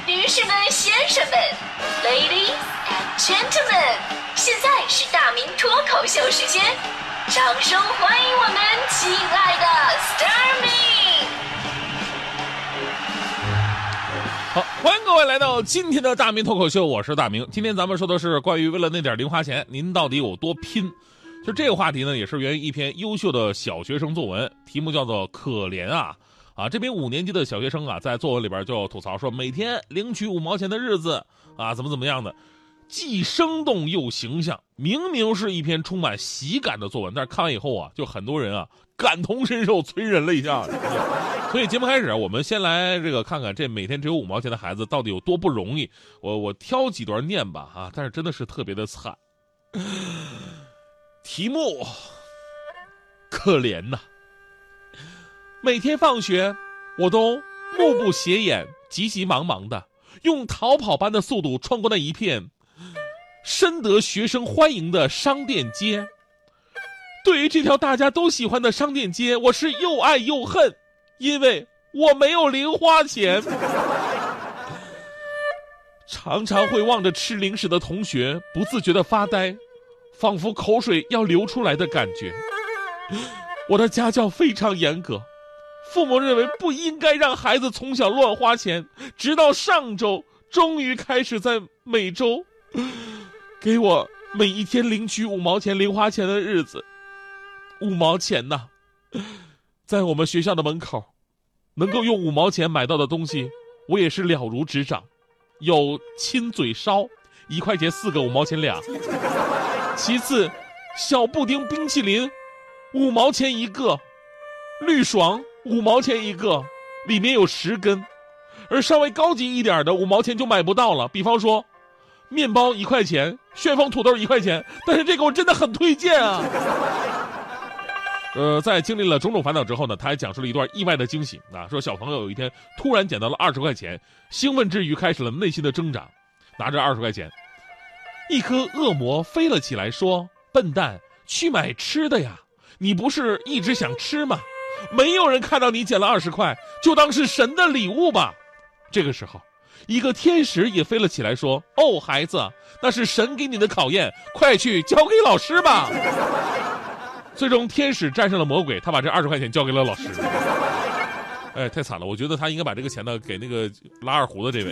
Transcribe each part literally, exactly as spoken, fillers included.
女士们、先生们 ，Ladies and Gentlemen， 现在是大明脱口秀时间，掌声欢迎我们亲爱的 Starmin。 好，欢迎各位来到今天的大明脱口秀，我是大明。今天咱们说的是关于为了那点零花钱，您到底有多拼？就这个话题呢，也是源于一篇优秀的小学生作文，题目叫做《可怜啊》。啊，这名五年级的小学生啊，在作文里边就吐槽说，每天领取五毛钱的日子啊，怎么怎么样的，既生动又形象。明明是一篇充满喜感的作文，但是看完以后啊，就很多人啊感同身受，催人泪下。所以节目开始，我们先来这个看看这每天只有五毛钱的孩子到底有多不容易。我我挑几段念吧啊，但是真的是特别的惨。题目可怜呐、啊。每天放学，我都目不斜眼、急急忙忙的用逃跑般的速度穿过那一片深得学生欢迎的商店街。对于这条大家都喜欢的商店街，我是又爱又恨，因为我没有零花钱。常常会望着吃零食的同学不自觉地发呆，仿佛口水要流出来的感觉。我的家教非常严格，父母认为不应该让孩子从小乱花钱，直到上周终于开始在每周给我每一天领取五毛钱零花钱的日子。五毛钱呐，在我们学校的门口，能够用五毛钱买到的东西，我也是了如指掌。有亲嘴烧，一块钱四个，五毛钱俩。其次，小布丁冰淇淋，五毛钱一个。绿爽五毛钱一个，里面有十根。而稍微高级一点的五毛钱就买不到了，比方说面包一块钱，旋风土豆一块钱，但是这个我真的很推荐啊。呃，在经历了种种烦恼之后呢，他还讲述了一段意外的惊喜啊，说小朋友有一天突然捡到了二十块钱，兴奋之余开始了内心的挣扎。拿着二十块钱，一颗恶魔飞了起来，说：“笨蛋，去买吃的呀！你不是一直想吃吗？没有人看到你捡了二十块，就当是神的礼物吧。”这个时候，一个天使也飞了起来，说：“哦，孩子，那是神给你的考验，快去交给老师吧。”最终，天使战胜了魔鬼，他把这二十块钱交给了老师。哎，太惨了！我觉得他应该把这个钱呢给那个拉二胡的这位。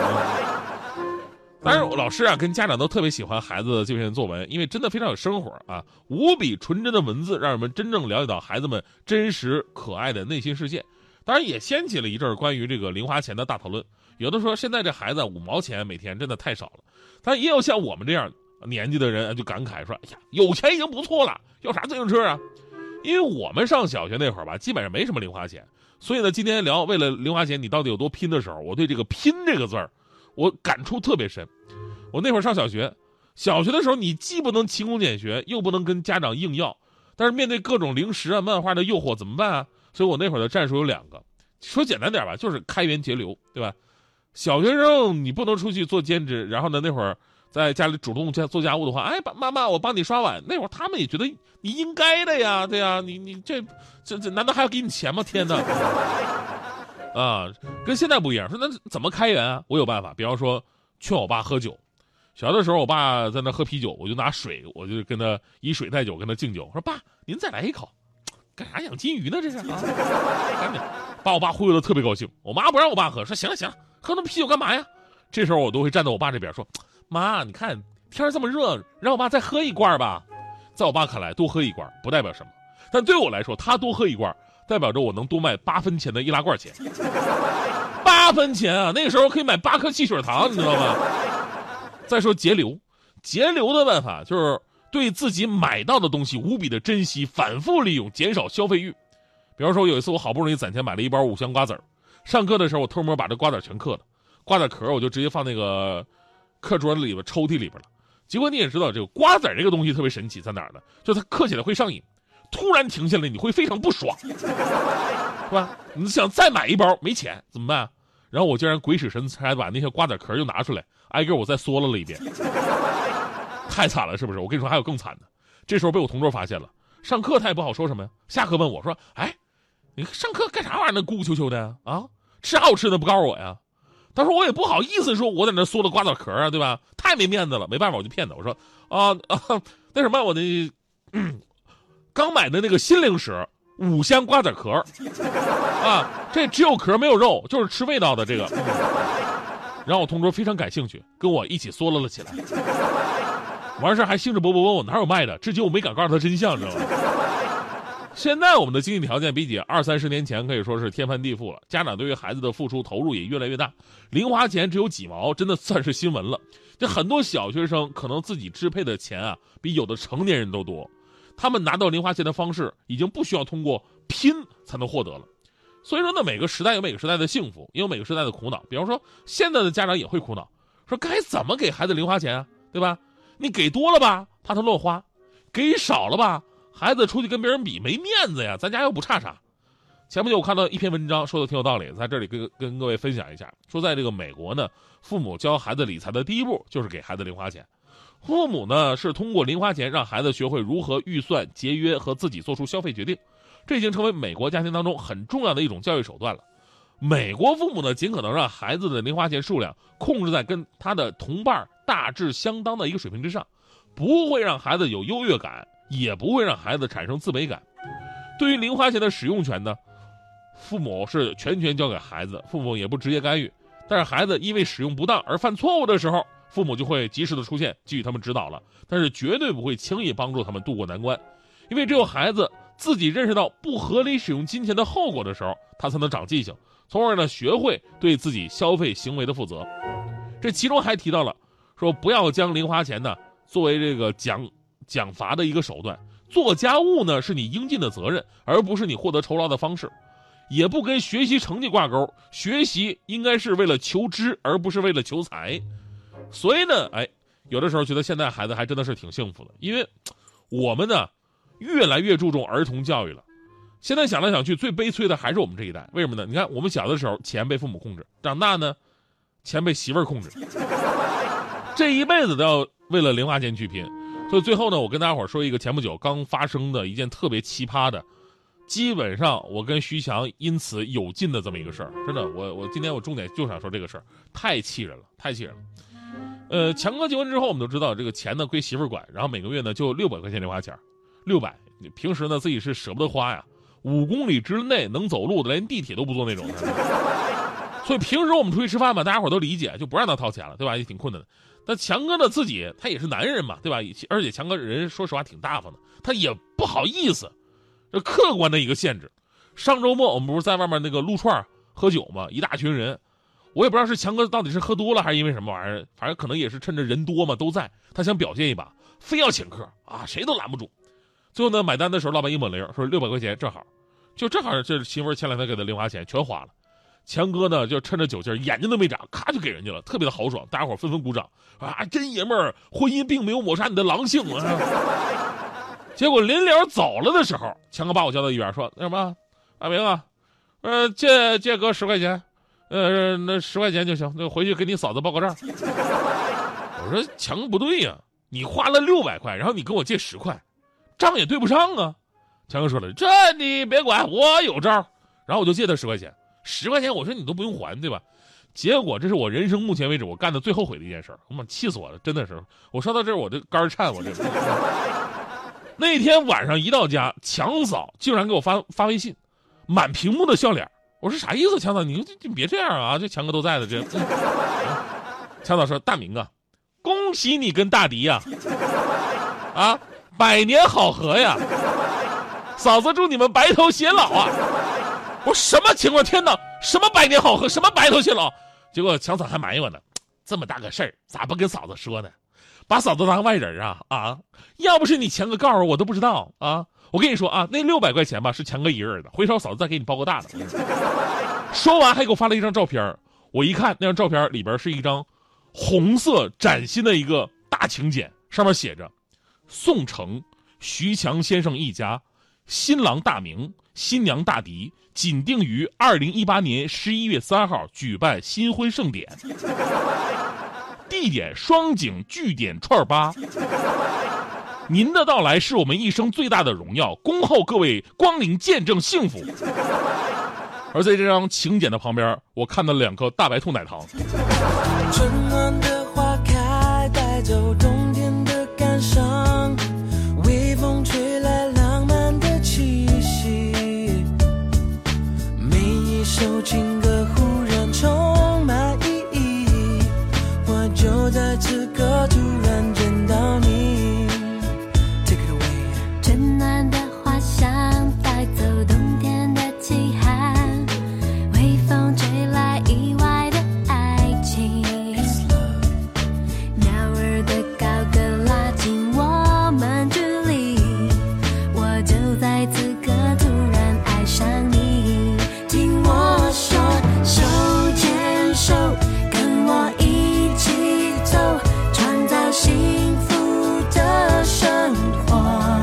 当然，老师啊跟家长都特别喜欢孩子的这篇作文，因为真的非常有生活啊，无比纯真的文字，让人们真正了解到孩子们真实可爱的内心世界。当然，也掀起了一阵关于这个零花钱的大讨论。有的说，现在这孩子五毛钱每天真的太少了，但也有像我们这样年纪的人就感慨说：“哎呀，有钱已经不错了，要啥自行车啊？”因为我们上小学那会儿吧，基本上没什么零花钱，所以呢，今天聊为了零花钱你到底有多拼的时候，我对这个“拼”这个字儿，我感触特别深。我那会儿上小学，小学的时候你既不能勤工俭学，又不能跟家长硬要，但是面对各种零食啊、漫画的诱惑怎么办啊？所以我那会儿的战术有两个，说简单点吧，就是开源节流，对吧？小学生你不能出去做兼职，然后呢那会儿在家里主动家做家务的话，哎，妈妈我帮你刷碗，那会儿他们也觉得你应该的呀，对呀，你你这这这难道还要给你钱吗？天哪！啊，跟现在不一样，说那怎么开源啊？我有办法，比方说劝我爸喝酒。小的时候我爸在那喝啤酒，我就拿水，我就跟他以水代酒，跟他敬酒，说爸您再来一口。干啥养金鱼呢这是啊？赶紧把我爸忽悠的特别高兴。我妈不让我爸喝，说行了行了，喝那啤酒干嘛呀？这时候我都会站在我爸这边说，妈你看天这么热，让我爸再喝一罐吧。在我爸看来多喝一罐不代表什么，但对我来说他多喝一罐代表着我能多卖八分钱的易拉罐钱。八分钱啊，那个时候可以买八颗汽水糖，你知道吗？再说节流，节流的办法就是对自己买到的东西无比的珍惜，反复利用，减少消费欲。比方说有一次我好不容易攒钱买了一包五香瓜子儿，上课的时候我偷摸把这瓜子全嗑了，瓜子壳我就直接放那个课桌里边抽屉里边了。结果你也知道这个瓜子这个东西特别神奇在哪儿呢？就它嗑起来会上瘾，突然停下来你会非常不爽，是吧？你想再买一包没钱怎么办？然后我竟然鬼使神差把那些瓜子壳又拿出来，挨个我再嗦了了一遍。太惨了是不是？我跟你说还有更惨的，这时候被我同桌发现了，上课他也不好说什么呀，下课问我说，哎，你上课干啥玩意儿呢，咕咕秋秋的啊？吃好吃的不告诉我呀？ 当时我也不好意思说我在那嗦了瓜子壳啊，对吧？太没面子了，没办法我就骗他，我说啊啊那什么我的、嗯、刚买的那个新零食五香瓜子壳啊，这只有壳没有肉，就是吃味道的这个。然后我同桌非常感兴趣，跟我一起嗦了了起来。完事还兴致勃勃问我哪有卖的，至今我没敢告诉他真相，知道吗？现在我们的经济条件比起二三十年前可以说是天翻地覆了，家长对于孩子的付出投入也越来越大，零花钱只有几毛，真的算是新闻了。这很多小学生可能自己支配的钱啊，比有的成年人都多。他们拿到零花钱的方式已经不需要通过拼才能获得了。所以说呢，每个时代有每个时代的幸福，也有每个时代的苦恼。比方说，现在的家长也会苦恼，说该怎么给孩子零花钱啊，对吧？你给多了吧，怕他乱花；给少了吧，孩子出去跟别人比没面子呀，咱家又不差啥。前不久我看到一篇文章，说的挺有道理，在这里跟跟各位分享一下。说在这个美国呢，父母教孩子理财的第一步就是给孩子零花钱。父母呢是通过零花钱让孩子学会如何预算、节约和自己做出消费决定，这已经成为美国家庭当中很重要的一种教育手段了。美国父母呢，尽可能让孩子的零花钱数量控制在跟他的同伴大致相当的一个水平之上，不会让孩子有优越感，也不会让孩子产生自卑感。对于零花钱的使用权呢，父母是全权交给孩子，父母也不直接干预。但是孩子因为使用不当而犯错误的时候，父母就会及时的出现，给予他们指导了，但是绝对不会轻易帮助他们渡过难关。因为只有孩子自己认识到不合理使用金钱的后果的时候，他才能长记性，从而呢学会对自己消费行为的负责。这其中还提到了说，不要将零花钱呢作为这个奖奖罚的一个手段，做家务呢是你应尽的责任，而不是你获得酬劳的方式，也不跟学习成绩挂钩，学习应该是为了求知，而不是为了求财。所以呢，哎，有的时候觉得现在孩子还真的是挺幸福的，因为我们呢越来越注重儿童教育了。现在想来想去，最悲催的还是我们这一代。为什么呢？你看我们小的时候钱被父母控制，长大呢钱被媳妇儿控制，这一辈子都要为了零花钱去拼。所以最后呢，我跟大家伙说一个前不久刚发生的一件特别奇葩的，基本上我跟徐强因此有劲的这么一个事儿。真的，我我今天我重点就想说这个事儿，太气人了，太气人了。呃，强哥结婚之后，我们都知道这个钱呢归媳妇儿管，然后每个月呢就六百块钱零花钱，六百，平时呢自己是舍不得花呀，五公里之内能走路的连地铁都不坐那种。所以平时我们出去吃饭嘛，大家伙都理解，就不让他掏钱了，对吧？也挺困难的。但强哥呢自己他也是男人嘛，对吧？而且强哥人说实话挺大方的，他也不好意思，这客观的一个限制。上周末我们不是在外面那个撸串喝酒嘛，一大群人。我也不知道是强哥到底是喝多了还是因为什么玩意儿，反正可能也是趁着人多嘛都在，他想表现一把，非要请客啊，谁都拦不住。最后呢，买单的时候老板一抹零，说六百块钱正好，就正好这媳妇前两天给的零花钱全花了。强哥呢就趁着酒劲，眼睛都没眨，咔就给人家了，特别的豪爽，大家伙纷纷鼓掌啊，真爷们儿，婚姻并没有抹杀你的狼性啊。结果临了走了的时候，强哥把我叫到一边说，那什么，阿明啊，呃，借借哥十块钱。呃，那十块钱就行，那回去给你嫂子报个账。我说强不对呀、啊，你花了六百块，然后你跟我借十块，账也对不上啊。强哥说了，这你别管，我有招。然后我就借他十块钱，十块钱我说你都不用还，对吧？结果这是我人生目前为止我干的最后悔的一件事，我妈气死我了，真的是。我说到这儿我这肝颤，我这。那天晚上一到家，强嫂竟然给我发发微信，满屏幕的笑脸。我说啥意思，强嫂，你你别这样啊！这强哥都在的，这。强嫂说：“大明啊，恭喜你跟大迪呀、啊，啊，百年好合呀！嫂子祝你们白头偕老啊！”我说什么情况？天哪，什么百年好合，什么白头偕老？结果强嫂还埋怨我呢，这么大个事儿，咋不跟嫂子说呢？把嫂子当外人啊啊！要不是你强哥告诉我，我都不知道啊。我跟你说啊，那六百块钱吧是强哥一个人的，回头嫂子再给你包个大的。说完还给我发了一张照片，我一看那张照片里边是一张红色崭新的一个大请柬，上面写着宋城徐强先生一家，新郎大明，新娘大迪，紧定于二零一八年十一月三号举办新婚盛典，地点双井据点串吧。您的到来是我们一生最大的荣耀，恭候各位光临见证幸福。 而在这张请柬的旁边，我看到了两颗大白兔奶糖。 春暖的花开，带走冬天的感伤，微风吹来浪漫的气息，每一首情歌忽然充满意义，我就在此刻突然见到你。 Take it away。 春暖的花香带走冬天的凄寒，微风吹来意外的爱情，鸟儿的高歌拉近我们距离，我就在此刻突然爱上你。听我说，手牵手，跟我一起走，创造幸福的生活。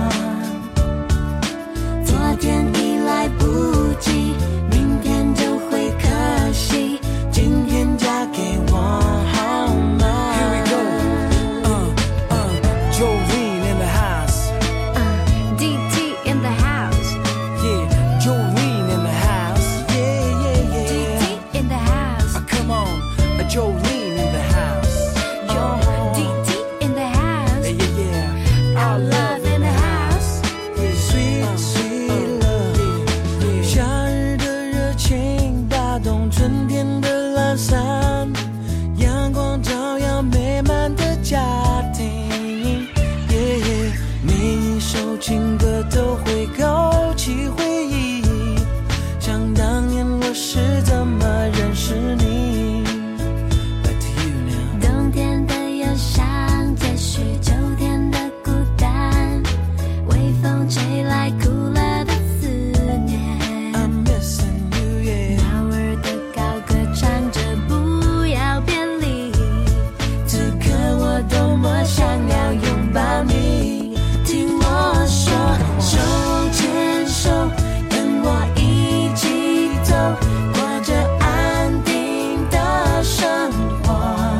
昨天已来不及，明天就会可惜，今天嫁给我好吗？ Here we go. Uh, uh, Jolene in the house. Uh, D T in the house. Yeah, Jolene in the house. Yeah, yeah, yeah. D T in the house. Uh, come on, uh, Jolene in the house. Yo, Uh-huh. D T in the house. Yeah, yeah, yeah. Our love in the house. Yeah, sweet, sweet love. Yeah, yeah. 夏日的热情打动春天的懒散，阳光照耀美满的家庭。Yeah, yeah. 每一首情歌都会勾起回忆，想当年我是怎么认识你。Back to you now. 冬天的忧伤接续秋天的孤单，微风吹来哭了的思念， I'm missing you, yeah. 鸟儿的高歌唱着不要别离，此刻我多么想要拥抱你。听我说，手牵手，跟我一起走，过着安定的生活。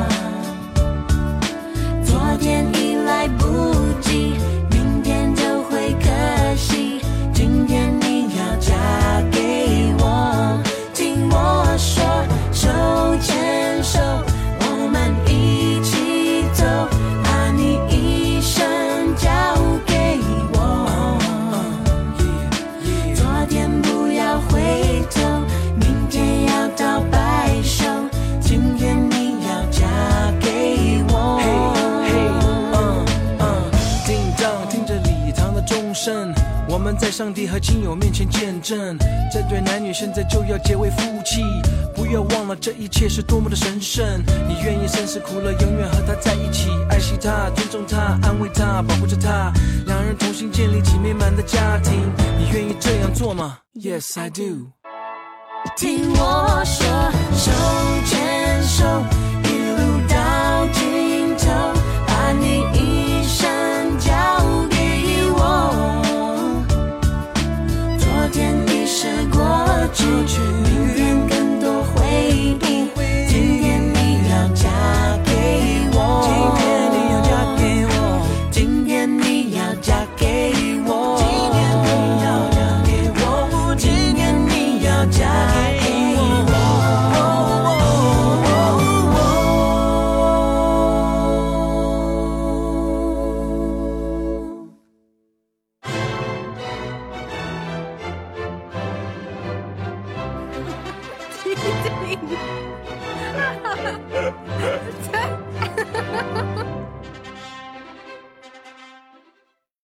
昨天已来不及，明天就会可惜，今天你要嫁给我。听我说，手牵手，我们一起走，把你一生交给我。昨天不要回头，明天要到白首，今天你要嫁给我。 嘿嘿，嗯嗯，叮当，听着礼堂的钟声，我们在上帝和亲友面前见证，这对男女现在就要结为夫妻。不要忘了，这一切是多么的神圣。你愿意生死苦乐，永远和他在一起，爱惜他，尊重他，安慰他，保护着他，两人同心建立起美满的家庭。你愿意这样做吗 ？Yes, I do。 听我说，手牵手，一路到尽头，把你一生交给我。昨天已是过去，明天更多回忆，今天你要嫁给我。今天你要嫁给我。今天你要嫁给我。今天你要嫁给我。今天你要嫁给我。 哈哈哈哈哈！